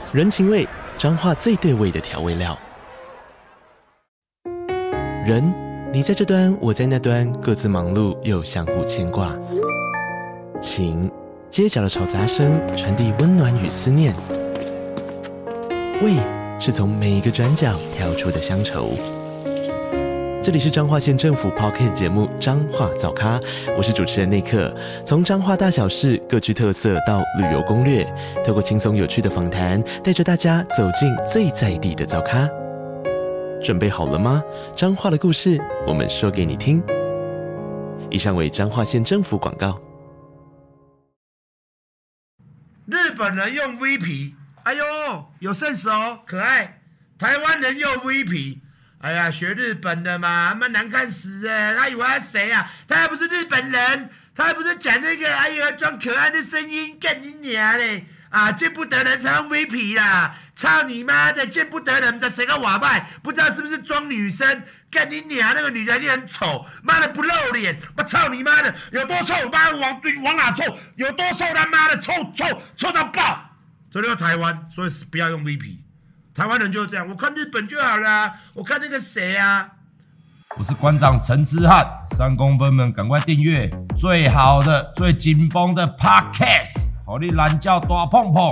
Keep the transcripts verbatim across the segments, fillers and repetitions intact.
人情味，彰化最对味的调味料。人，你在这端，我在那端，各自忙碌又相互牵挂。情，街角的吵杂声传递温暖与思念。味，是从每一个转角跳出的乡愁。这里是彰化县政府 Podcast 节目《彰化早咖》，我是主持人内克。从彰化大小事各具特色到旅游攻略，透过轻松有趣的访谈，带着大家走进最在地的早咖。准备好了吗？彰化的故事，我们说给你听。以上为彰化县政府广告。 日本人用 V 皮，哎呦，有 sense 哦，可爱。台湾人用 V 皮。哎呀，学日本的嘛，他妈难看死了！他以为他谁啊？他还不是日本人，他还不是讲那个，哎呦，装可爱的声音，干你娘嘞！啊，见不得人才用 V 皮啦！操你妈的，见不得人，这谁个瓦拜？不知道是不是装女生？干你娘！那个女人也很丑，妈的不露脸！我操你妈的，有多臭？妈的往往哪臭？有多臭？他妈的臭臭臭到爆！这就是台湾，所以不要用 V 皮。台湾人就是这样，我看日本就好了、啊，我看那个谁啊？ 我是馆长陈之汉，三公分们赶快订阅最好的、最紧绷的 Podcast， 好你懒觉大碰碰。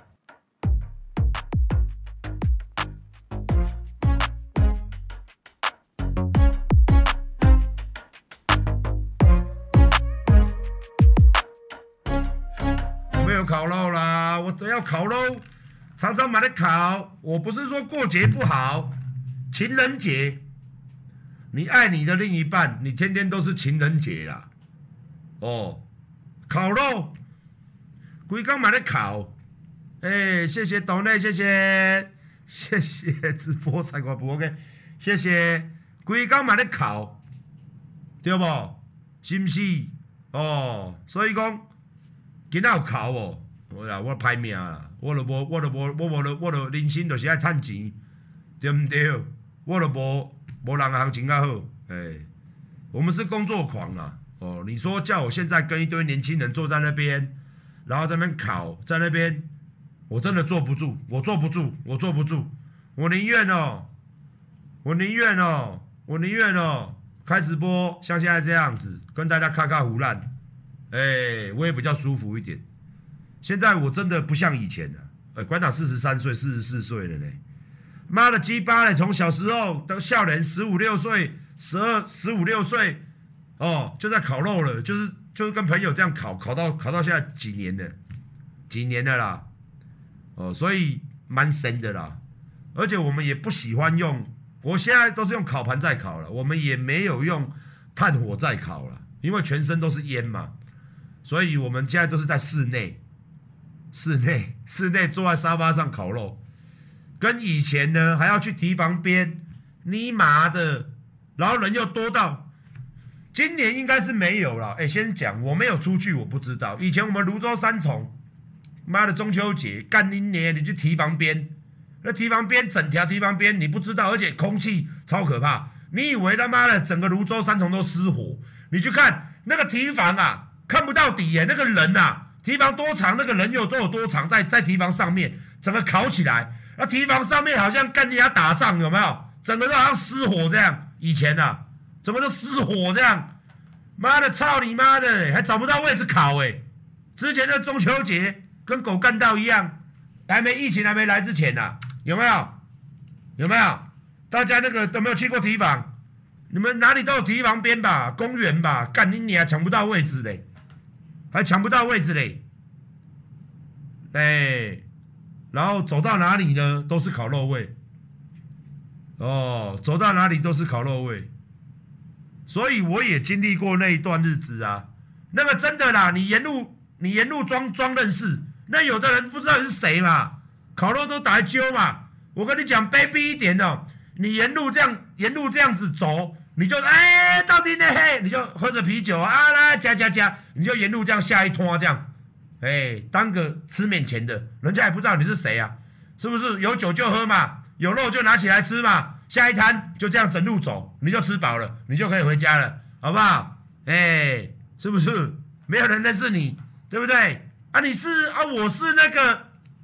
我没有烤肉啦，我都要烤肉。常常买的烤，我不是说过节不好，情人节，你爱你的另一半，你天天都是情人节啦。哦，烤肉，规工买的烤，哎、欸，谢谢董内，谢谢，谢谢直播采瓜不 OK， 谢谢，规工买的烤，对不？是不是？哦，所以讲，今仔有烤哦，我啦，我歹命啦。我就无，我就无，我无就，我就人生就是爱趁钱，对不对？我就无，无人行情较好。哎、欸，我们是工作狂啊！哦，你说叫我现在跟一堆年轻人坐在那边，然后在那边烤，在那边，我真的坐不住，我坐不住，我坐不住。我宁愿哦，我宁愿哦，我宁愿哦，开直播像现在这样子，跟大家咔咔胡烂，哎、欸，我也比较舒服一点。现在我真的不像以前了，呃，馆长四十三岁、四十四岁了呢，妈的鸡巴嘞！从小时候到少年，十五六岁、十二、十五六岁，哦，就在烤肉了，就是就是跟朋友这样烤，烤到烤到现在几年了，几年了啦，哦，所以蛮神的啦。而且我们也不喜欢用，我现在都是用烤盘在烤了，我们也没有用炭火在烤了，因为全身都是烟嘛，所以我们现在都是在室内。室内，室内坐在沙发上烤肉，跟以前呢还要去堤防边，尼玛的，然后人又多到，今年应该是没有了。哎，先讲，我没有出去，我不知道。以前我们泸州三重，妈的中秋节，干你娘！你去堤防边，那堤防边整条堤防边你不知道，而且空气超可怕。你以为他妈的整个泸州三重都失火？你去看那个堤防啊，看不到底耶，那个人啊。堤防多长，那个人有都有多长，在在堤防上面，整个烤起来，那堤防上面好像跟人家打仗，有没有？整个都好像失火这样。以前啊，怎么都失火这样？妈的，操你妈的，还找不到位置烤哎、欸！之前的中秋节跟狗干到一样，还没疫情还没来之前啊，有没有？有没有？大家那个都没有去过堤防？你们哪里都有堤防边吧，公园吧，干你你还抢不到位置嘞！还抢不到位置嘞，哎、欸，然后走到哪里呢，都是烤肉味，哦，走到哪里都是烤肉味，所以我也经历过那一段日子啊，那个真的啦，你沿路你沿路装装认识，那有的人不知道你是谁嘛，烤肉都打来揪嘛，我跟你讲卑鄙一点哦，你沿路这样沿路这样子走。你就哎、欸，到底呢？嘿，你就喝着啤酒啊，来加加加，你就沿路这样下一拖这样，哎、欸，当个吃免钱的，人家也不知道你是谁啊，是不是？有酒就喝嘛，有肉就拿起来吃嘛，下一摊就这样整路走，你就吃饱了，你就可以回家了，好不好？哎、欸，是不是？没有人认识你，对不对？啊，你是啊，我是那个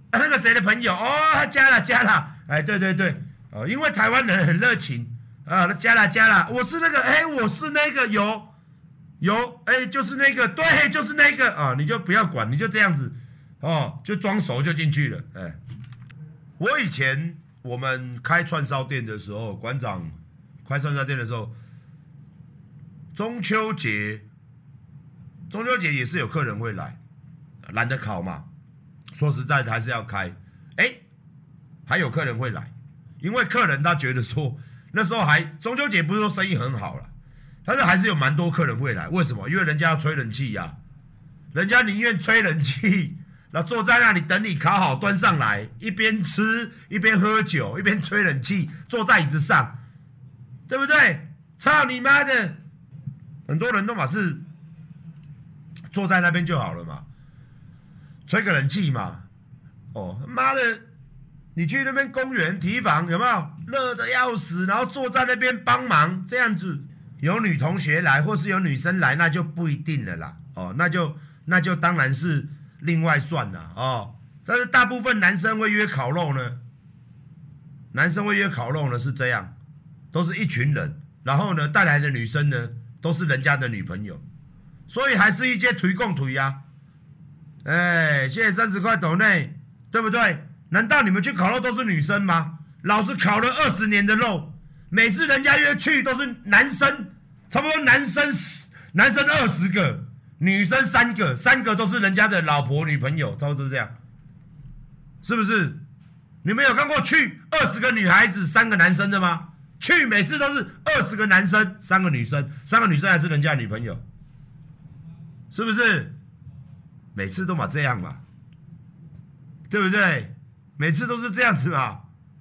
啊，那个谁的朋友哦，他加了加了，哎，对对对，哦，因为台湾人很热情啊，他加了加了，我是那个，哎，我是那个有有，哎，就是那个，对，就是那个啊，你就不要管，你就这样子，哦，就装熟就进去了，哎，我以前我们开串烧店的时候，馆长开串烧店的时候，中秋节，中秋节也是有客人会来，懒得烤嘛。说实在的，还是要开。哎，还有客人会来，因为客人他觉得说，那时候还中秋节不是说生意很好了，但是还是有蛮多客人会来。为什么？因为人家要吹冷气呀、啊，人家宁愿吹冷气，然后坐在那里等你烤好端上来，一边吃一边喝酒，一边吹冷气，坐在椅子上，对不对？操你妈的！很多人都嘛是坐在那边就好了嘛。吹个冷气嘛，哦妈的，你去那边公园体育房有没有热的要死，然后坐在那边帮忙这样子，有女同学来或是有女生来那就不一定了啦，哦那就那就当然是另外算了哦，但是大部分男生会约烤肉呢，男生会约烤肉呢是这样，都是一群人，然后呢带来的女生呢都是人家的女朋友，所以还是一些推共推呀。哎，谢谢三十块斗内，对不对？难道你们去烤肉都是女生吗？老子烤了二十年的肉，每次人家约去都是男生，差不多男生男生二十个，女生三个，三个都是人家的老婆女朋友，差不多这样，是不是？你们有看过去二十个女孩子三个男生的吗？去每次都是二十个男生三个女生，三个女生还是人家的女朋友，是不是？每次都嘛这样嘛，对不对？每次都是这样子嘛，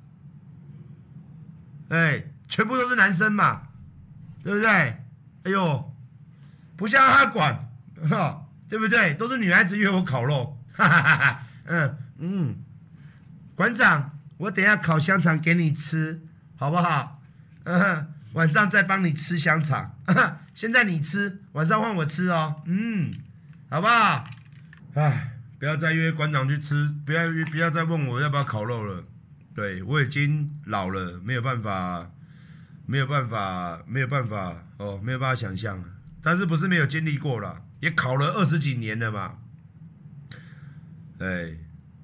哎，全部都是男生嘛，对不对？哎呦，不像他管，对不对？都是女孩子约我烤肉，哈哈哈哈，嗯嗯，馆长，我等一下烤香肠给你吃，好不好？嗯，晚上再帮你吃香肠，现在你吃，晚上换我吃哦，嗯，好不好？唉，不要再约馆长去吃，不要约，不要再问我要不要烤肉了。对，我已经老了，没有办法，没有办法，没有办法哦，没有办法想象。但是不是没有经历过了，也烤了二十几年了嘛。哎，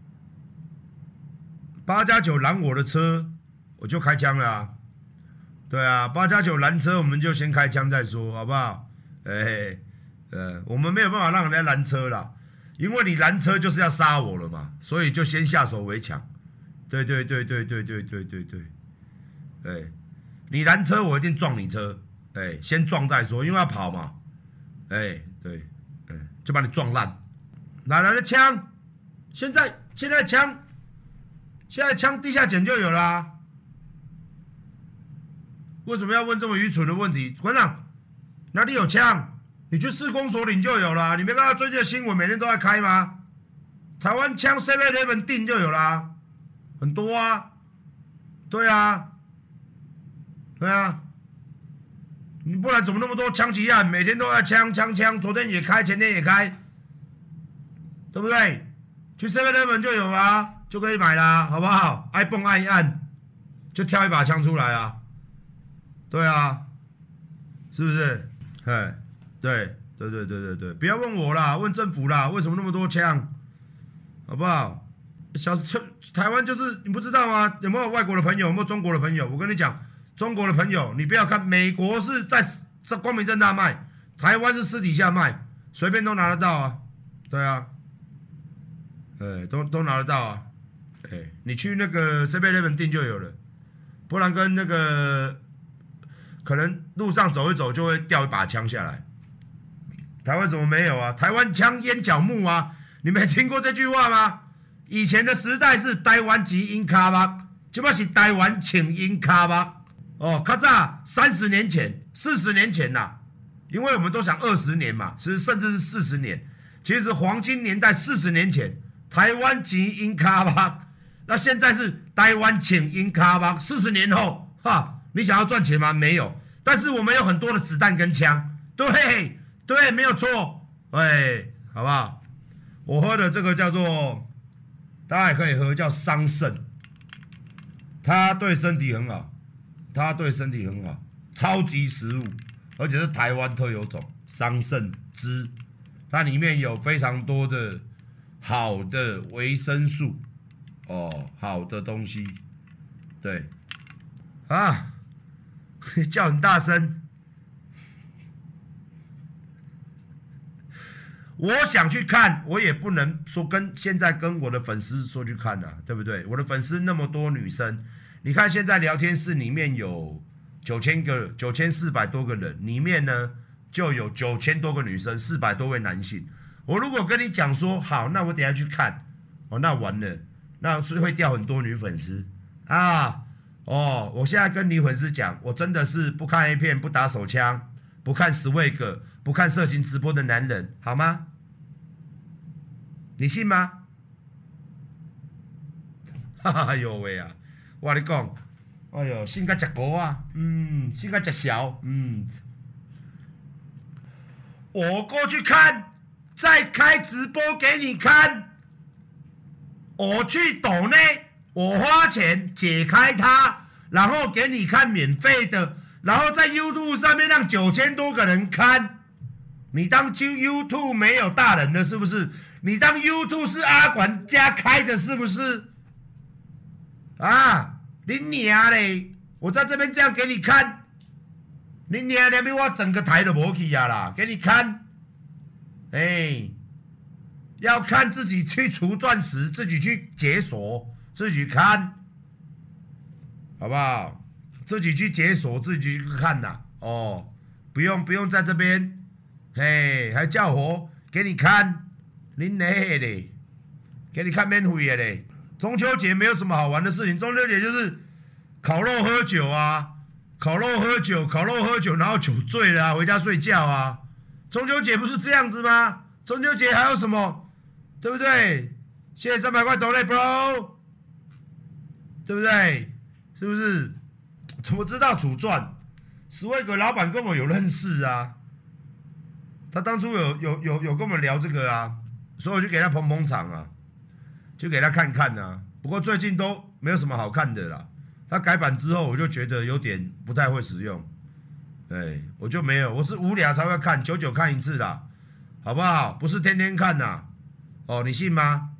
八加九拦我的车，我就开枪了啊。对啊，八加九拦车，我们就先开枪再说，好不好？哎，呃，我们没有办法让人家拦车啦。因为你拦车就是要杀我了嘛，所以就先下手为强。对对对对对对对对对，哎，你拦车我一定撞你车，哎，先撞再说，因为要跑嘛，哎，对，哎，就把你撞烂。哪来的枪？现在现在枪，现在枪地下捡就有啦、啊。为什么要问这么愚蠢的问题？馆长，哪里有枪？你去市公所领就有啦，你没看到最近的新闻每天都在开吗？台湾枪 seven eleven 订就有啦，很多啊，对啊，对啊，你不然怎么那么多枪击案，每天都在枪枪枪，昨天也开，前天也开，对不对？去 seven eleven 就有啦，就可以买啦，好不好？爱蹦按一按，就挑一把枪出来啦，对啊，是不是？哎。对对对对对对，不要问我啦，问政府啦，为什么那么多枪，好不好？小台湾就是你不知道吗？有没有外国的朋友？有没有中国的朋友？我跟你讲，中国的朋友，你不要看美国是在在光明正大卖，台湾是私底下卖，随便都拿得到啊。对啊，哎，都都拿得到啊。哎，你去那个 seven eleven 订就有了，不然跟那个可能路上走一走就会掉一把枪下来。台湾怎么没有啊？台湾枪烟角木啊！你没听过这句话吗？以前的时代是台湾籍英卡巴，现在是台湾请英卡巴。哦，较早三十年前、四十年前啦，因为我们都想二十年嘛，其实甚至是四十年。其实黄金年代四十年前，台湾籍英卡巴，那现在是台湾请英卡巴。四十年后，哈，你想要赚钱吗？没有。但是我们有很多的子弹跟枪，对。对，没有错，哎，好不好？我喝的这个叫做大家也可以喝，叫桑葚，它对身体很好，它对身体很好，超级食物，而且是台湾特有种桑葚汁，它里面有非常多的好的维生素，哦，好的东西，对，啊，叫很大声。我想去看，我也不能说跟现在跟我的粉丝说去看啊，对不对？我的粉丝那么多女生，你看现在聊天室里面有九千个、九千四百多个人，里面呢就有九千多个女生，四百多位男性。我如果跟你讲说好，那我等一下去看，哦，那完了，那是会掉很多女粉丝啊。哦，我现在跟女粉丝讲，我真的是不看 A 片，不打手枪，不看 Swag， 不看色情直播的男人，好吗？你信吗？哎呦喂啊！我跟你讲，哎呦，信甲食糊啊，嗯，信甲食小，嗯。我过去看，再开直播给你看。我去抖内，我花钱解开它，然后给你看免费的，然后在 YouTube 上面让九千多个人看。你当 YouTube 没有大人的是不是？你当 YouTube 是阿管家开的是不是？啊，你娘嘞！我在这边这样给你看，你娘那边我整个台都没去啊啦，给你看。哎，要看自己去除钻石，自己去解锁，自己看，好不好？自己去解锁，自己去看呐。哦，不用不用在这边。嘿，还叫我给你看，恁嘞嘞，给你看免费的嘞。中秋节没有什么好玩的事情，中秋节就是烤肉喝酒啊，烤肉喝酒，烤肉喝酒，然后酒醉了、啊、回家睡觉啊。中秋节不是这样子吗？中秋节还有什么？对不对？谢谢三百块抖内 bro， 对不对？是不是？怎么知道主赚？十位个老板跟我有认识啊。他当初有有有有跟我们聊这个啊，所以我就给他捧捧场啊，就给他看看啊。不过最近都没有什么好看的啦。他改版之后，我就觉得有点不太会使用，对，我就没有，我是无聊才会看，久久看一次啦，好不好？不是天天看呐。哦，你信吗？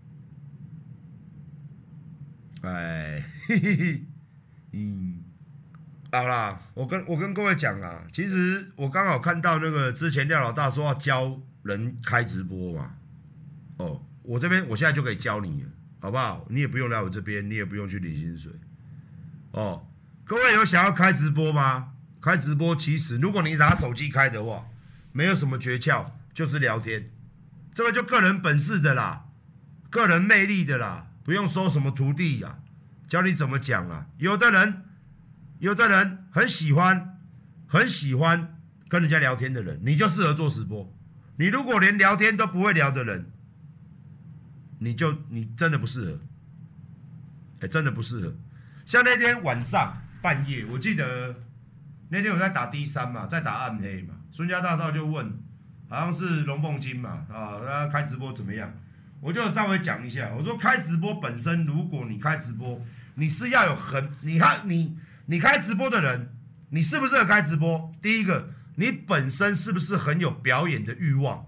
哎，嘿嘿嘿，嗯。好啦，我跟我跟各位讲啊，其实我刚好看到那个之前廖老大说要教人开直播嘛，哦，我这边我现在就可以教你了，好不好？你也不用来我这边，你也不用去领薪水，哦，各位有想要开直播吗？开直播其实如果你拿手机开的话，没有什么诀窍，就是聊天，这个就个人本事的啦，个人魅力的啦，不用收什么徒弟呀、啊，教你怎么讲啊，有的人。有的人很喜欢，很喜欢跟人家聊天的人，你就适合做直播。你如果连聊天都不会聊的人，你就你真的不适合，哎、欸，真的不适合。像那天晚上半夜，我记得那天我在打 D 三 嘛，在打暗黑嘛，孙家大少就问，好像是龙凤金嘛，啊，他开直播怎么样？我就稍微讲一下，我说开直播本身，如果你开直播，你是要有很，你看你。你开直播的人，你适不适合开直播？第一个，你本身是不是很有表演的欲望？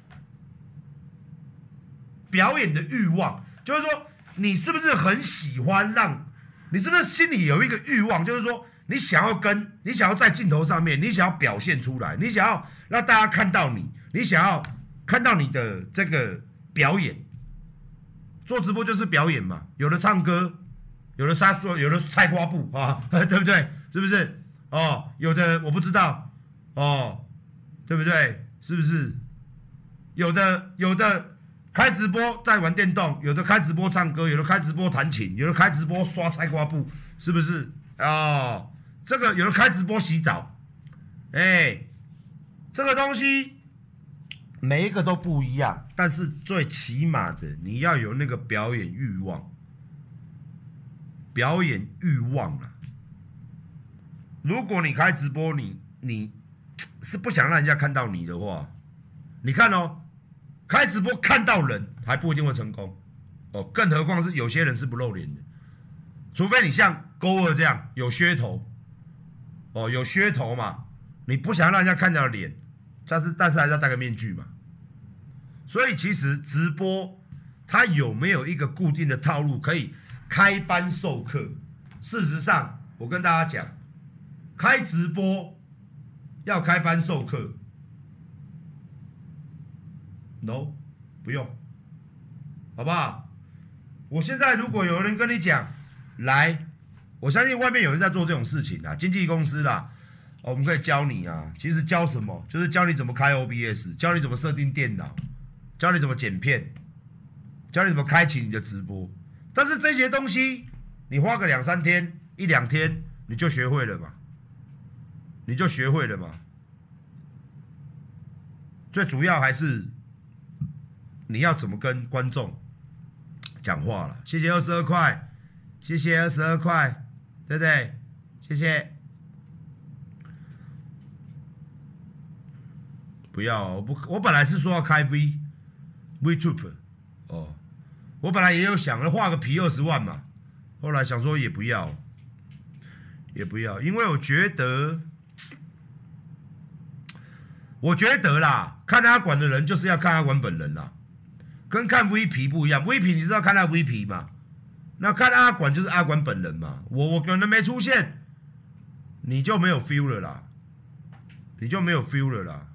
表演的欲望，就是说，你是不是很喜欢让？你是不是心里有一个欲望，就是说，你想要跟，你想要在镜头上面，你想要表现出来，你想要让大家看到你，你想要看到你的这个表演。做直播就是表演嘛，有的唱歌。有的杀猪，有的菜瓜布啊，对不对？是不是？哦，有的我不知道，哦，对不对？是不是？有的有的开直播在玩电动，有的开直播唱歌，有的开直播弹琴，有的开直播刷菜瓜布，是不是？哦，这个有的开直播洗澡，哎，这个东西每一个都不一样，但是最起码的你要有那个表演欲望。表演欲望啊！如果你开直播，你你是不想让人家看到你的话，你看哦，开直播看到人还不一定会成功哦，更何况是有些人是不露脸的，除非你像勾二这样有噱头，哦，有噱头嘛，你不想让人家看到脸，但是但是还是要戴个面具嘛。所以其实直播它有没有一个固定的套路可以开班授课？事实上，我跟大家讲，开直播要开班授课 ，no， 不用，好不好？我现在如果有人跟你讲，来，我相信外面有人在做这种事情啦，经纪公司啦，哦，我们可以教你啊。其实教什么？就是教你怎么开 O B S， 教你怎么设定电脑，教你怎么剪片，教你怎么开启你的直播。但是这些东西，你花个两三天、一两天，你就学会了嘛，你就学会了嘛。最主要还是你要怎么跟观众讲话了。谢谢二十二块，谢谢二十二块，对不对？谢谢。不要，我不，我本来是说要开 V VTube 哦，我本来也有想了画个皮二十万嘛，后来想说也不要，也不要，因为我觉得，我觉得啦，看阿管的人就是要看阿管本人啦。跟看 V 皮不一样 ，V 皮你知道看他 V 皮嘛？那看阿管就是阿管本人嘛。我我可能没出现，你就没有 feel 了啦，你就没有 feel 了啦。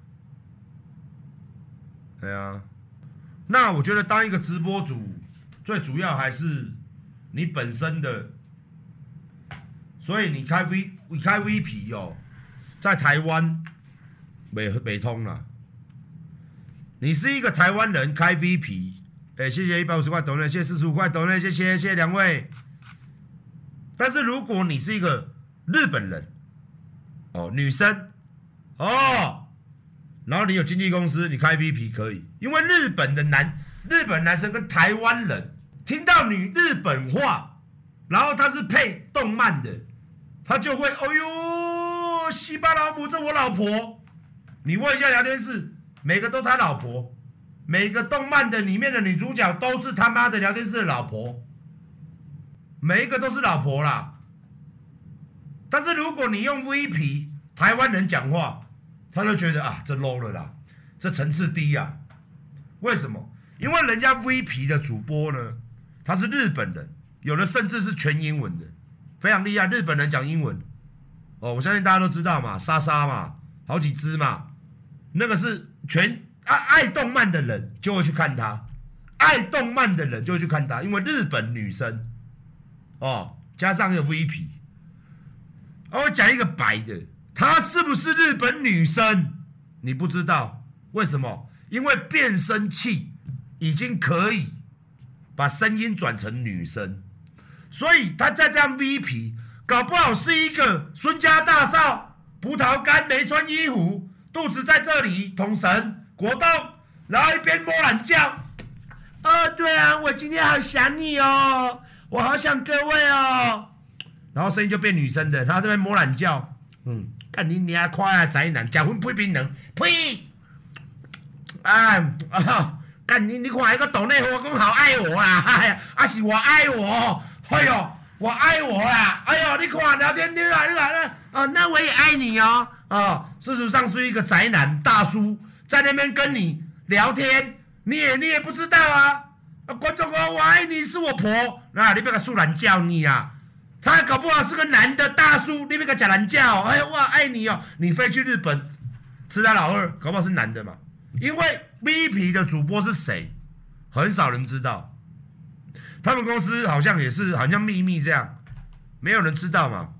对啊，那我觉得当一个直播主，最主要还是你本身的。所以你开 V， 你开 V 皮哦，在台湾没没通啦。你是一个台湾人开 V 皮，哎，谢谢一百五十块抖内，谢谢四十五块抖内，谢谢谢谢两位。但是如果你是一个日本人，哦，女生，哦，然后你有经纪公司，你开 V 皮可以，因为日本的男日本男生跟台湾人听到你日本话，然后他是配动漫的，他就会，哎呦，西巴老母，这我老婆。你问一下聊天室。每个都他老婆，每个动漫的里面的女主角都是他妈的聊天室的老婆，每一个都是老婆啦。但是如果你用 V 皮台湾人讲话，他就觉得啊，这 low 了啦，这层次低啊。为什么？因为人家 V 皮的主播呢，他是日本人，有的甚至是全英文的，非常厉害。日本人讲英文，哦，我相信大家都知道嘛，莎莎嘛，好几只嘛。那个是全爱爱动漫的人就会去看他，爱动漫的人就会去看他，因为日本女生哦，加上一个 V 皮，我讲一个白的，她是不是日本女生？你不知道为什么？因为变声器已经可以把声音转成女生，所以她再这样 V 皮，搞不好是一个孙家大少，葡萄干没穿衣服。肚子在这里，统神国栋，然后一边摸懒觉。哦，对啊，我今天好想你哦，我好想各位哦。然后声音就变女生的，然后这边摸懒觉。嗯，看你娘快啊，宅男，结婚配槟榔，呸！哎啊，干你你看那个抖内我讲好爱我啊，哎呀，啊是我爱我，哎呦，我爱我啦，哎呦，你看聊天你啊，你看那哦，那我也爱你哦。哦，事实上是一个宅男大叔在那边跟你聊天，你也你也不知道啊。啊观众说我爱你是我婆，那你别个素懒叫你啊，他搞不好是个男的大叔，你别个假懒叫，哎呦我爱你哦，你飞去日本吃他老二，搞不好是男的嘛。因为 V 皮的主播是谁，很少人知道，他们公司好像也是好像秘密这样，没有人知道嘛，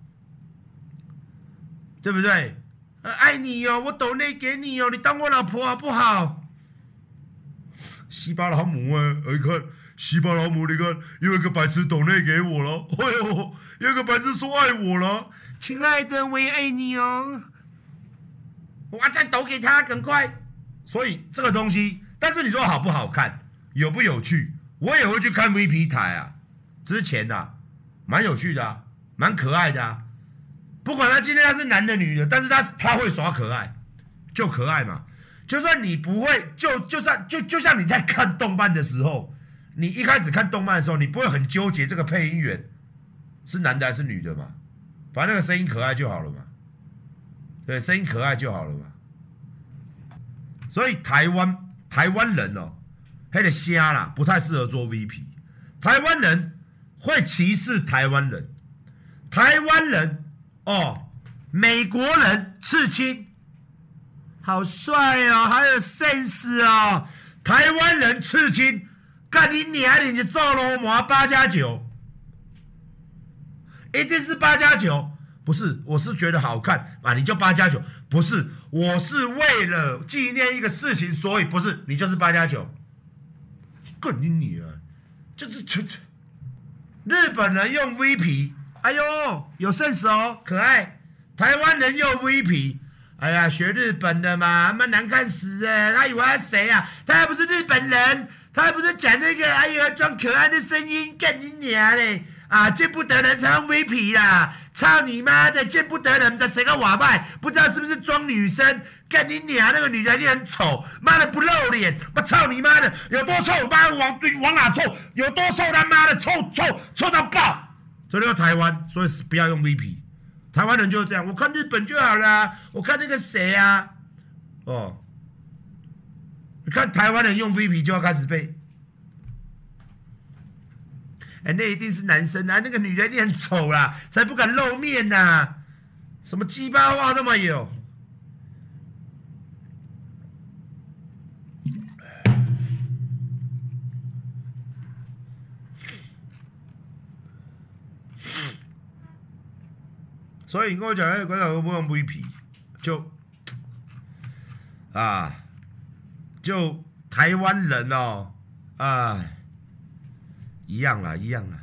对不对？呃、爱你哦，我抖内给你哦，你当我老婆好不好？西巴老母啊，你看西巴老母，你看有一个白痴抖内给我了，哎呦，有一个白痴说爱我了，亲爱的，我也爱你哦，我再抖给他，赶快。所以这个东西，但是你说好不好看，有不有趣，我也会去看 V P 台啊，之前啊，蛮有趣的啊，蛮可爱的啊。不管他今天他是男的女的，但是他他会耍可爱，就可爱嘛。就算你不会，就就算就就像你在看动漫的时候， 你一开始看动漫的时候，你不会很纠结这个配音员是男的还是女的嘛？反正那个声音可爱就好了嘛。对，声音可爱就好了嘛。所以台湾台湾人哦，黑的虾啦，不太适合做 V P。台湾人会歧视台湾人，台湾人哦，美国人刺青，好帅哦，还有 sense 哦。台湾人刺青，干你娘，你就做罗马八加九，一定是八加九。不是，我是觉得好看啊，你就八加九。不是，我是为了纪念一个事情，所以不是你就是八加九。滚你你啊！就是这这，日本人用 V 皮，哎呦有 sense 哦，可爱。台湾人用 V 皮，哎呀学日本的嘛，妈难看死哎！他以为他谁啊？他还不是日本人，他还不是讲那个，哎呦装可爱的声音，干你娘嘞！啊，见不得人才用 V 皮啦！操你妈的，见不得人，这谁个瓦麦？不知道是不是装女生？干你娘！那个女人一定很丑，妈的不露脸！我操你妈的，有多臭？妈的往往哪臭？有多臭？他妈的臭臭臭到爆！这就是台湾，所以不要用 V 皮。台湾人就是这样，我看日本就好了，我看那个谁啊？哦，你看台湾人用 V 皮就要开始被。哎、欸，那一定是男生啊！那个女人一定很丑啦，才不敢露面呐、啊！什么鸡巴话都没有。所以你跟我讲，哎，观众会不会用 V 皮？就啊，就台湾人哦，啊。一样啦，一样啦，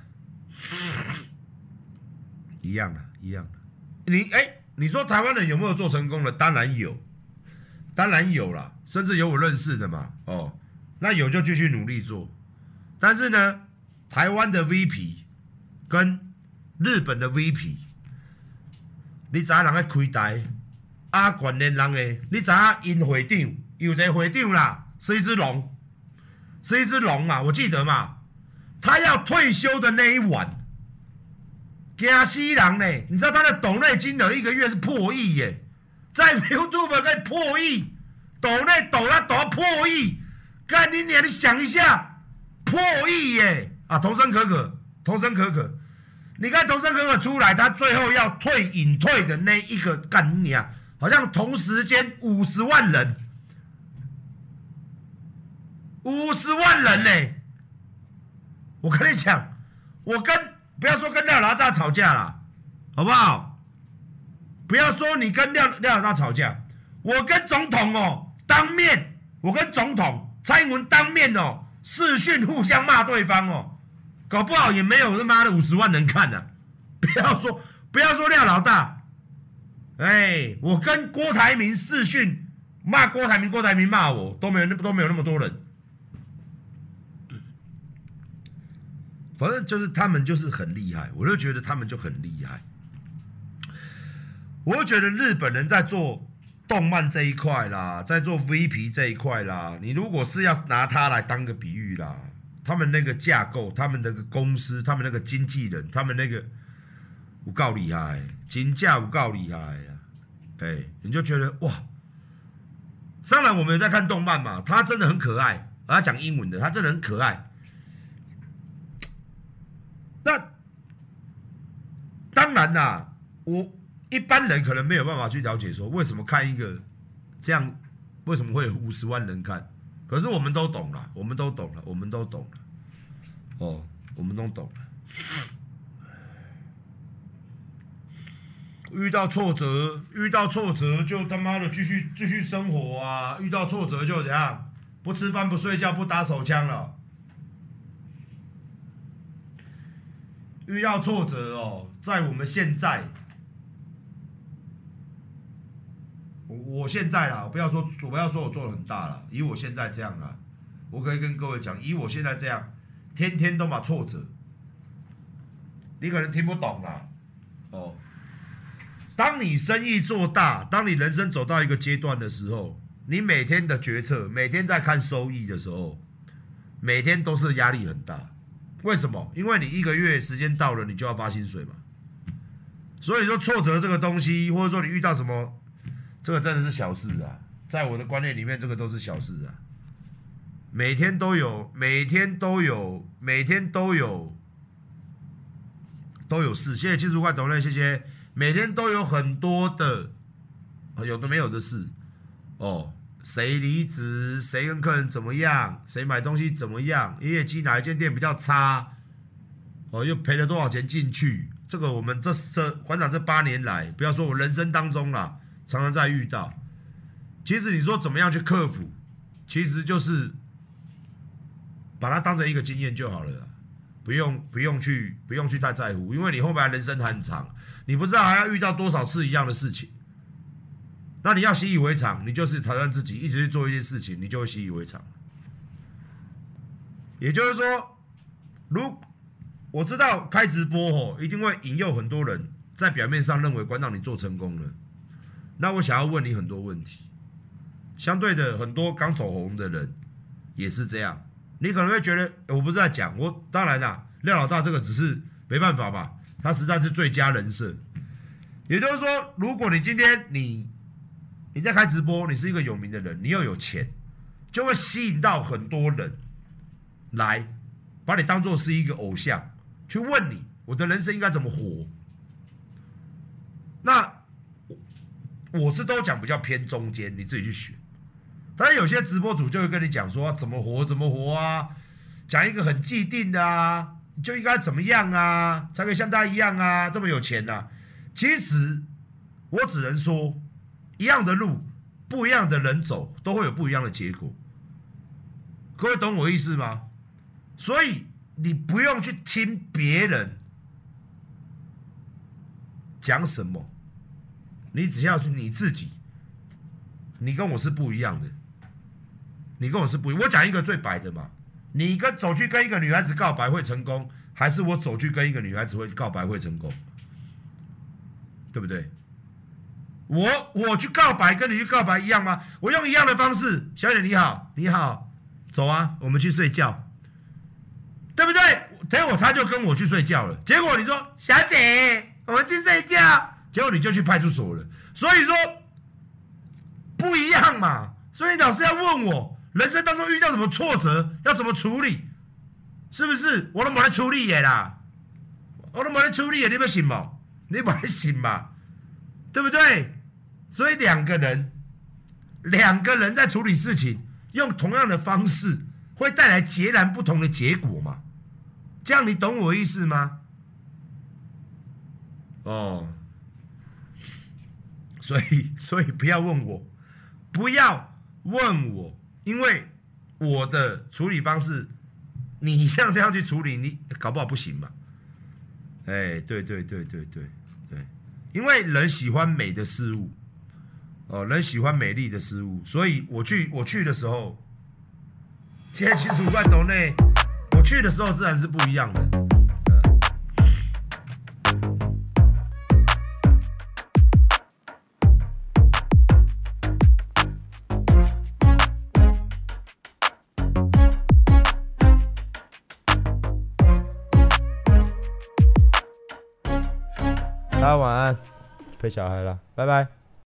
一样啦，一样啦。你哎、欸，你说台湾人有没有做成功的？当然有，当然有啦，甚至有我认识的嘛。哦，那有就继续努力做。但是呢，台湾的 V 皮跟日本的 V 皮，你知影人在开台阿管连人的，你知影因会长有一个会长啦，是一只龙，是一只龙啊，我记得嘛。他要退休的那一晚，惊死人呢！你知道他的抖内金额一个月是破亿耶，在 YouTube 可以破亿，抖内抖他抖到破亿，干你娘！你想一下，破亿耶！啊，童声可可，童声可可，你看童声可可出来，他最后要退隐退的那一个干你娘，好像同时间五十万人，五十万人呢！我跟你讲，我跟不要说跟廖老大吵架啦，好不好？不要说你跟廖廖老大吵架，我跟总统哦当面，我跟总统蔡英文当面哦视讯互相骂对方哦，搞不好也没有他妈的五十万人看啊！不要说不要说廖老大，哎，我跟郭台铭视讯骂郭台铭，郭台铭骂我，都没有都没有那么多人。反正就是他们就是很厉害，我就觉得他们就很厉害。我就觉得日本人在做动漫这一块啦，在做 V 皮这一块啦，你如果是要拿它来当个比喻啦，他们那个架构，他们那个公司，他们那个经纪人，他们那个有够厉害，金价有够厉害啦，哎，你就觉得哇！当然我们有在看动漫嘛，他真的很可爱，他讲英文的，他真的很可爱。那当然啦，我一般人可能没有办法去了解说为什么看一个这样，为什么会有五十万人看？可是我们都懂了，我们都懂了，我们都懂了，哦，我们都懂了。遇到挫折，遇到挫折就他妈的继续继续生活啊！遇到挫折就怎样？不吃饭不睡觉不打手枪了。遇到挫折哦，在我们现在，我我现在啦，不要说我不要说我做得很大啦，以我现在这样啦，我可以跟各位讲，以我现在这样，天天都把挫折，你可能听不懂啦，哦。当你生意做大，当你人生走到一个阶段的时候，你每天的决策，每天在看收益的时候， 每天都是压力很大。为什么？因为你一个月时间到了，你就要发薪水嘛。所以说挫折这个东西，或者说你遇到什么，这个真的是小事啊。在我的观念里面，这个都是小事啊。每天都有，每天都有，每天都有，都有事。谢谢七十五块抖内，谢谢。每天都有很多的，有的没有的事哦。谁离职？谁跟客人怎么样？谁买东西怎么样？业绩哪一间店比较差？哦，又赔了多少钱进去？这个我们这这馆长这八年来，不要说我人生当中啦，常常在遇到。其实你说怎么样去克服，其实就是把它当成一个经验就好了啦，不用不用去不用去太在乎，因为你后面人生很长，你不知道还要遇到多少次一样的事情。那你要习以为常，你就是挑战自己，一直去做一些事情，你就会习以为常。也就是说，如我知道开直播吼，一定会引诱很多人在表面上认为馆长你做成功了。那我想要问你很多问题，相对的很多刚走红的人也是这样，你可能会觉得我不是在讲我，当然啦，廖老大这个只是没办法嘛，他实在是最佳人设。也就是说，如果你今天你你在开直播，你是一个有名的人，你又有钱，就会吸引到很多人来把你当作是一个偶像，去问你我的人生应该怎么活。那我是都讲比较偏中间，你自己去选。当然有些直播主就会跟你讲说怎么活怎么活啊，讲一个很既定的啊，你就应该怎么样啊，才可以像他一样啊，这么有钱啊。其实我只能说，一样的路，不一样的人走，都会有不一样的结果。各位懂我意思吗？所以你不用去听别人讲什么，你只要是你自己。你跟我是不一样的，你跟我是不一样。我讲一个最白的嘛，你跟走去跟一个女孩子告白会成功，还是我走去跟一个女孩子会告白会成功？对不对？我我去告白跟你去告白一样吗？我用一样的方式，小姐你好，你好，走啊，我们去睡觉，对不对？结果他就跟我去睡觉了。结果你说小姐，我们去睡觉，结果你就去派出所了。所以说不一样嘛。所以老师要问我，人生当中遇到什么挫折，要怎么处理，是不是？我都没来处理的啦，我都没来处理的，你不信吗？你不信嘛？对不对？所以两个人，两个人在处理事情，用同样的方式，会带来截然不同的结果嘛？这样你懂我意思吗？哦，所以所以不要问我，不要问我，因为我的处理方式，你一样这样去处理，你搞不好不行嘛。哎，对对对对对对，因为人喜欢美的事物，哦，人喜欢美丽的事物，所以我去我去的时候，现在七十五块斗内，我去的时候自然是不一样的。 大家晚安，陪小孩了，拜拜。